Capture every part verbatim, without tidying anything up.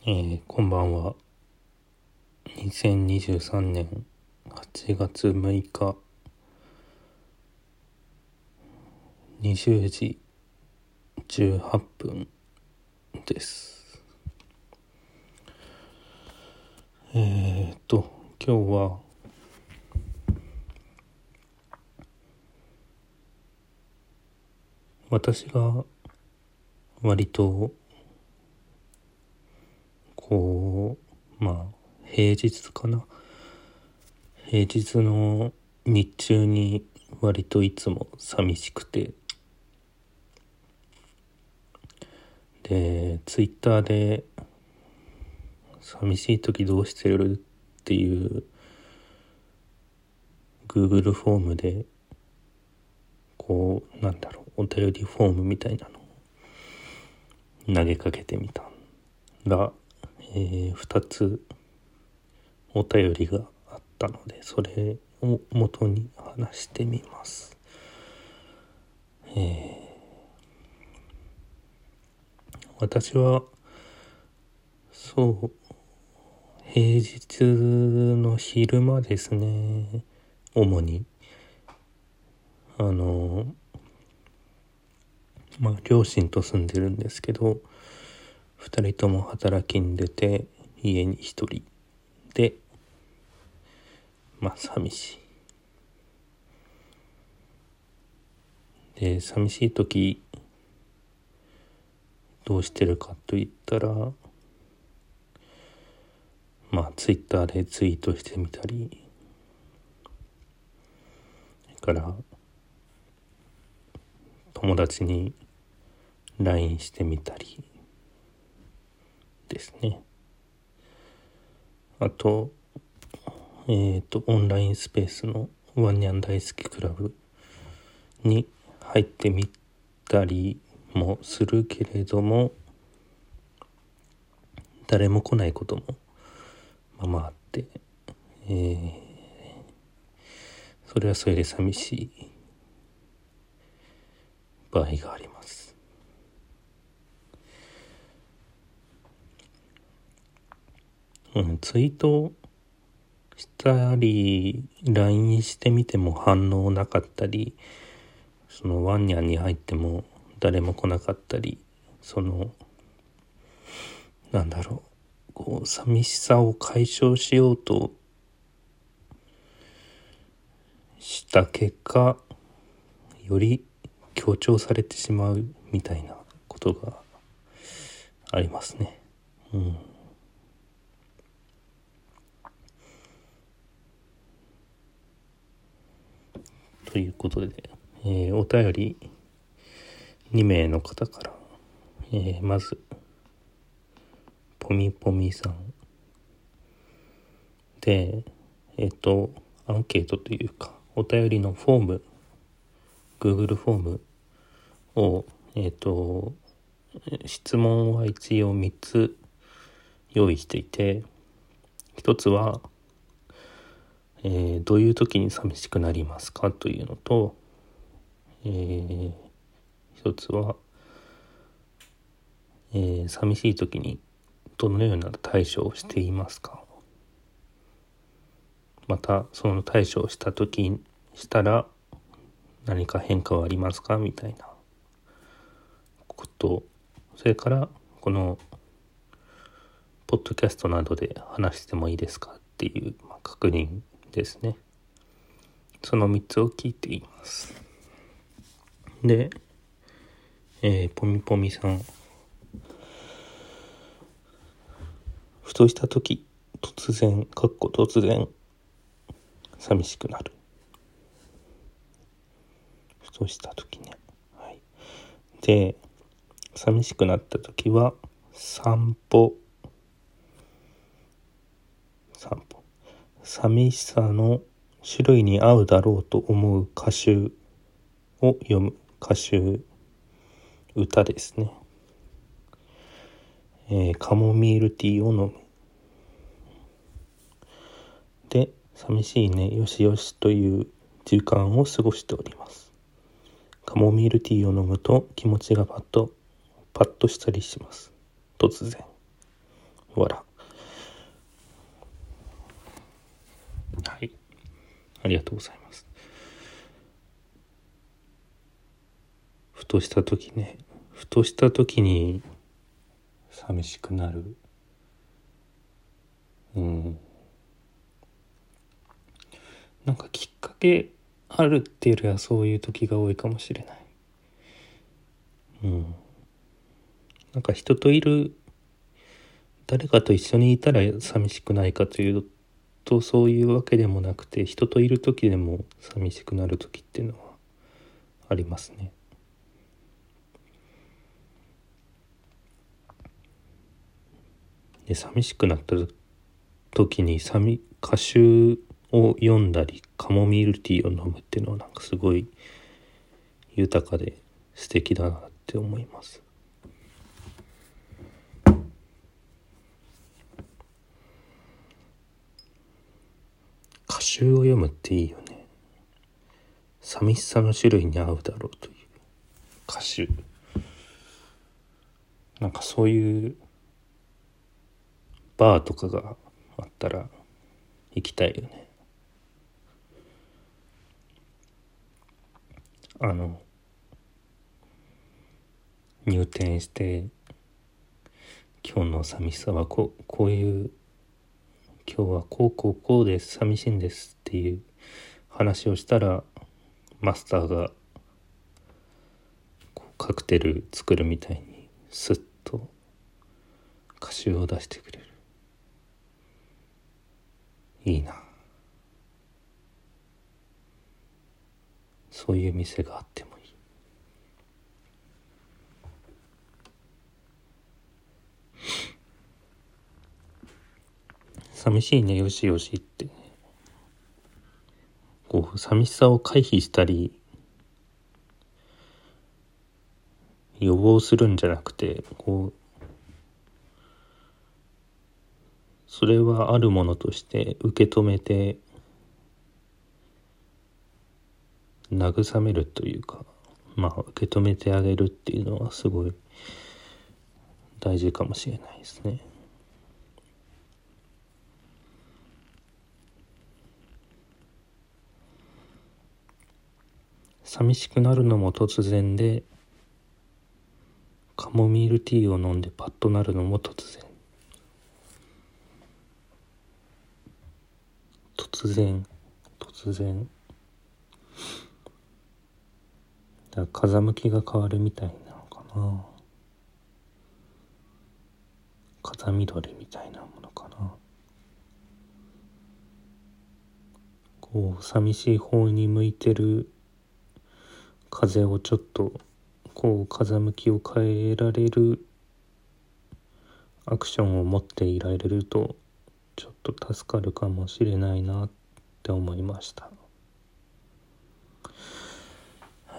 えー、こんばんは。にせんにじゅうさんねんはちがつむいかにじゅうじじゅうはっぷんです。えー、っと今日は私が割とこうまあ平日かな平日の日中に割といつも寂しくて、でツイッターで寂しい時どうしてるっていう Google フォームでこうなんだろうお便りフォームみたいなのを投げかけてみたら、えー、ふたつお便りがあったので、それを元に話してみます。えー、私はそう平日の昼間ですね、主にあのまあ両親と住んでるんですけど、ふたりとも働きに出て家にひとりで、まあ寂しいで寂しい時どうしてるかと言ったら、まあツイッターでツイートしてみたり、それから友達に ライン してみたりですね。あとえっとオンラインスペースのワンニャン大好きクラブに入ってみたりもするけれども、誰も来ないこともまあまああって、えー、それはそれで寂しい場合があります。うん、ツイートしたり ライン してみても反応なかったり、そのワンニャンに入っても誰も来なかったり、そのなんだろうこう寂しさを解消しようとした結果、より強調されてしまうみたいなことがありますね。うん。ということで、えー、お便りにめいの方から、えー、まずポミポミさんで、えっ、ー、とアンケートというかお便りのフォーム Google フォームをえっ、ー、と質問は一応みっつ用意していて、ひとつは、えー、どういう時に寂しくなりますかというのと、えー、ひとつは、えー、寂しい時にどのような対処をしていますか、またその対処をした時したら何か変化はありますかみたいなこと、それからこのポッドキャストなどで話してもいいですかっていう、まあ、確認ですね。そのみっつを聞いています。で、えー、ポミポミさん、ふとした時突然かっこ突然寂しくなる。ふとした時ね、はい、で寂しくなった時は散歩散歩寂しさの種類に合うだろうと思う歌集を読む。歌集、歌ですね。えー、カモミールティーを飲む。で、寂しいねよしよしという時間を過ごしております。カモミールティーを飲むと気持ちがパッとパッとしたりします。突然わら。はい、ありがとうございます。ふとした時ね、ふとした時に寂しくなる。うん。なんかきっかけあるっていうよりはそういう時が多いかもしれない。うん。なんか人といる、誰かと一緒にいたら寂しくないかというとそういうわけでもなくて、人といる時でも寂しくなる時っていうのはありますね。で、寂しくなった時に寂歌集を読んだりカモミールティーを飲むっていうのはなんかすごい豊かで素敵だなって思います。歌集を読むっていいよね。寂しさの種類に合うだろうという歌集。なんかそういうバーとかがあったら行きたいよね。あの入店して今日の寂しさはこう、こういう今日はこうこうこうです寂しいんですっていう話をしたらマスターがこうカクテル作るみたいにスッと歌集を出してくれる。いいな。そういう店があってもいい。寂しいねよしよしってね、こう寂しさを回避したり予防するんじゃなくて、こうそれはあるものとして受け止めて慰めるというか、まあ受け止めてあげるっていうのはすごい大事かもしれないですね。寂しくなるのも突然で、カモミールティーを飲んでパッとなるのも突然。突然突然だから風向きが変わるみたいなのかな。風緑みたいなものかな。こう寂しい方に向いてる風をちょっとこう風向きを変えられるアクションを持っていられるとちょっと助かるかもしれないなって思いました。はい、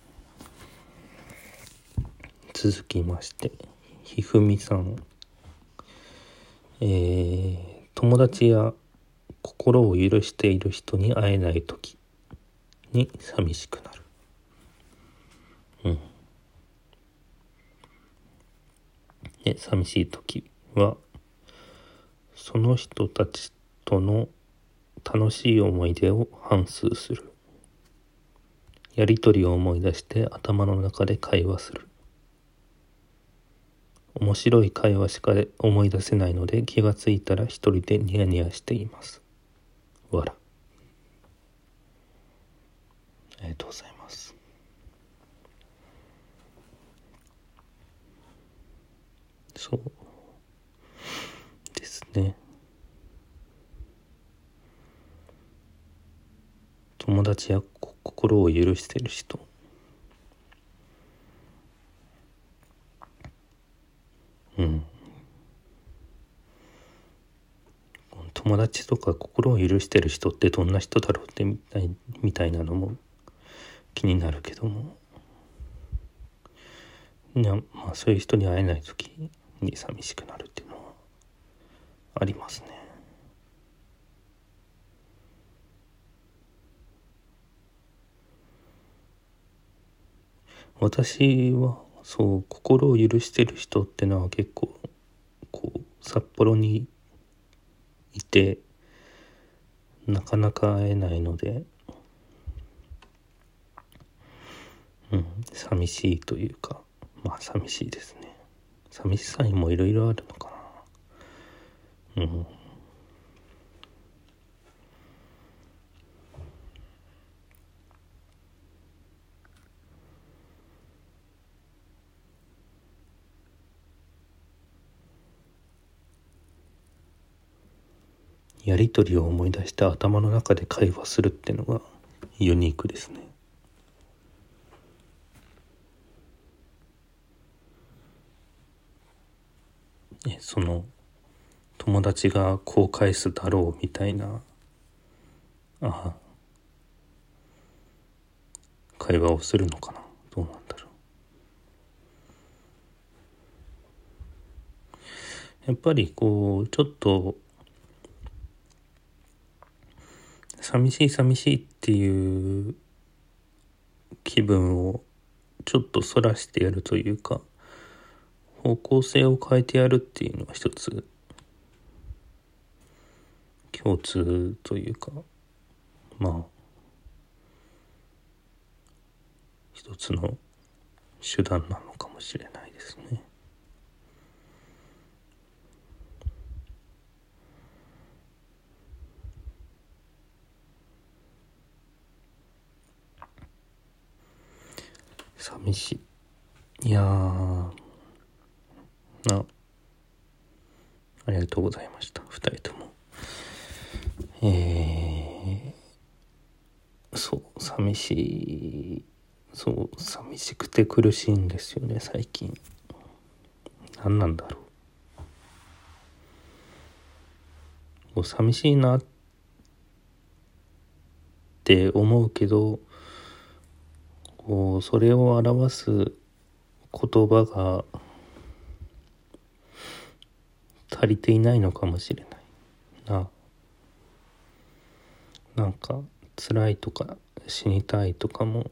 続きましてひふみさん、えー、友達や心を許している人に会えない時に寂しくなる。うん。で、寂しい時はその人たちとの楽しい思い出を反芻する。やりとりを思い出して頭の中で会話する。面白い会話しか思い出せないので気がついたら一人でニヤニヤしています。わら。ありがとうございます。そうですね。友達や心を許している人、うん、友達とか心を許してる人ってどんな人だろうってみたいみたいなのも気になるけども、いや、まあ、そういう人に会えない時に寂しくなるっていうのはありますね。私はそう心を許してる人ってのは結構こう札幌にいてなかなか会えないので、うん、寂しいというか、まあ寂しいですね。寂しさにもいろいろあるのかな。うん。やりとりを思い出して頭の中で会話するっていうのがユニークですね。えその友達がこう返すだろうみたいなあ会話をするのかな。どうなんだろう。やっぱりこうちょっと寂しい寂しいっていう気分をちょっとそらしてやるというか、方向性を変えてやるっていうのが一つ共通というか、まあ一つの手段なのかもしれないですね。寂しい。いやーなありがとうございました。二人とも。えー、そう寂しいそう寂しくて苦しいんですよね最近。何なんだろう。こう寂しいなって思うけど、こうそれを表す言葉が足りていないのかもしれないな。なんか辛いとか死にたいとかも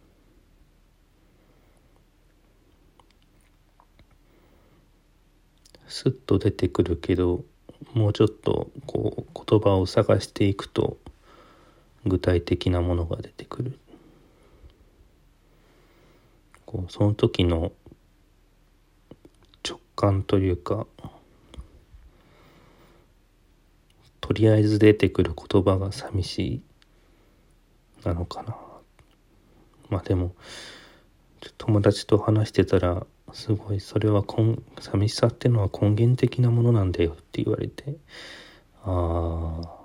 スッと出てくるけど、もうちょっとこう言葉を探していくと具体的なものが出てくる。こうその時の直感というか、とりあえず出てくる言葉が寂しいなのかな。まあでも友達と話してたらすごいそれは根寂しさっていうのは根源的なものなんだよって言われて、ああ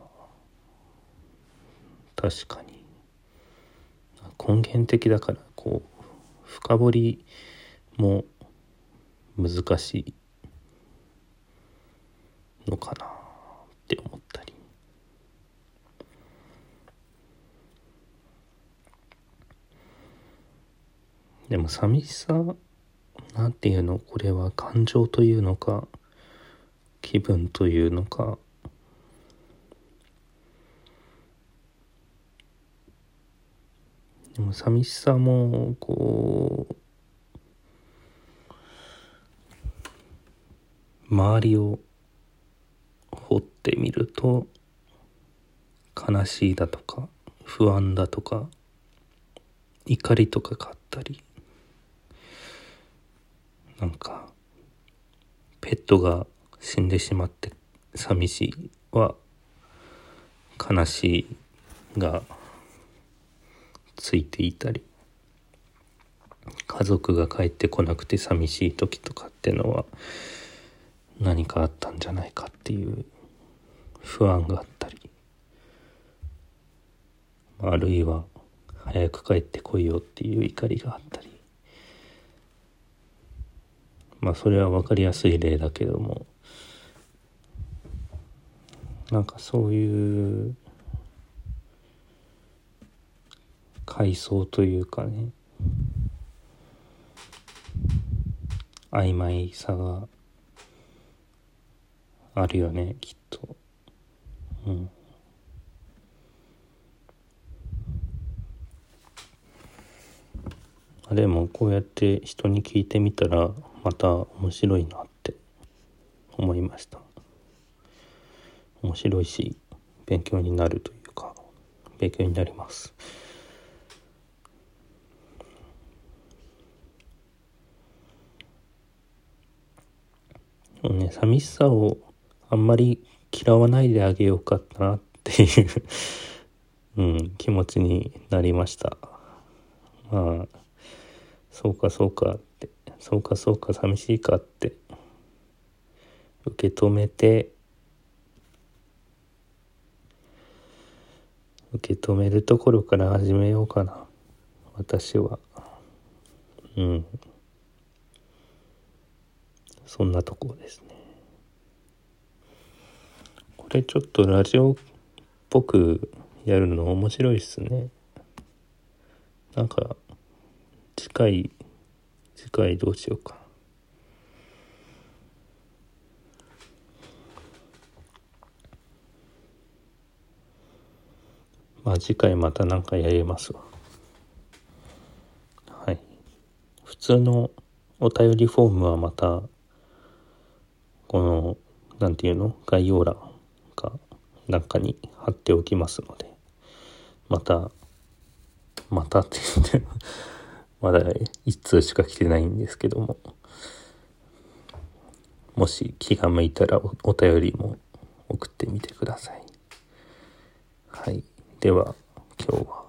確かに根源的だからこう深掘りも難しいのかなって思ったり。でも寂しさなんていうの、これは感情というのか気分というのか、でも寂しさもこう周りを掘ってみると悲しいだとか不安だとか怒りとかがあったり、なんかペットが死んでしまって寂しいは悲しいがついていたり、家族が帰ってこなくて寂しい時とかってのは何かあったんじゃないかっていう不安があったり、あるいは早く帰ってこいよっていう怒りがあったり、まあそれは分かりやすい例だけども、なんかそういう階層というかね、曖昧さがあるよねきっと。うんでもこうやって人に聞いてみたらまた面白いなって思いました。面白いし勉強になるというか勉強になります。ね、寂しさをあんまり嫌わないであげようかなっていう、うん、気持ちになりました。まあそうかそうかってそうかそうか寂しいかって受け止めて受け止めるところから始めようかな、私は。うん、そんなところですね。これちょっとラジオっぽくやるの面白いっすね。なんか次回次回どうしようか。まあ次回また何かやりますわ。はい。普通のお便りフォームはまたこのなんていうの概要欄かなんかに貼っておきますので、またまたって言ってまだ一通しか来てないんですけども、もし気が向いたら お, お便りも送ってみてください。はい。では今日は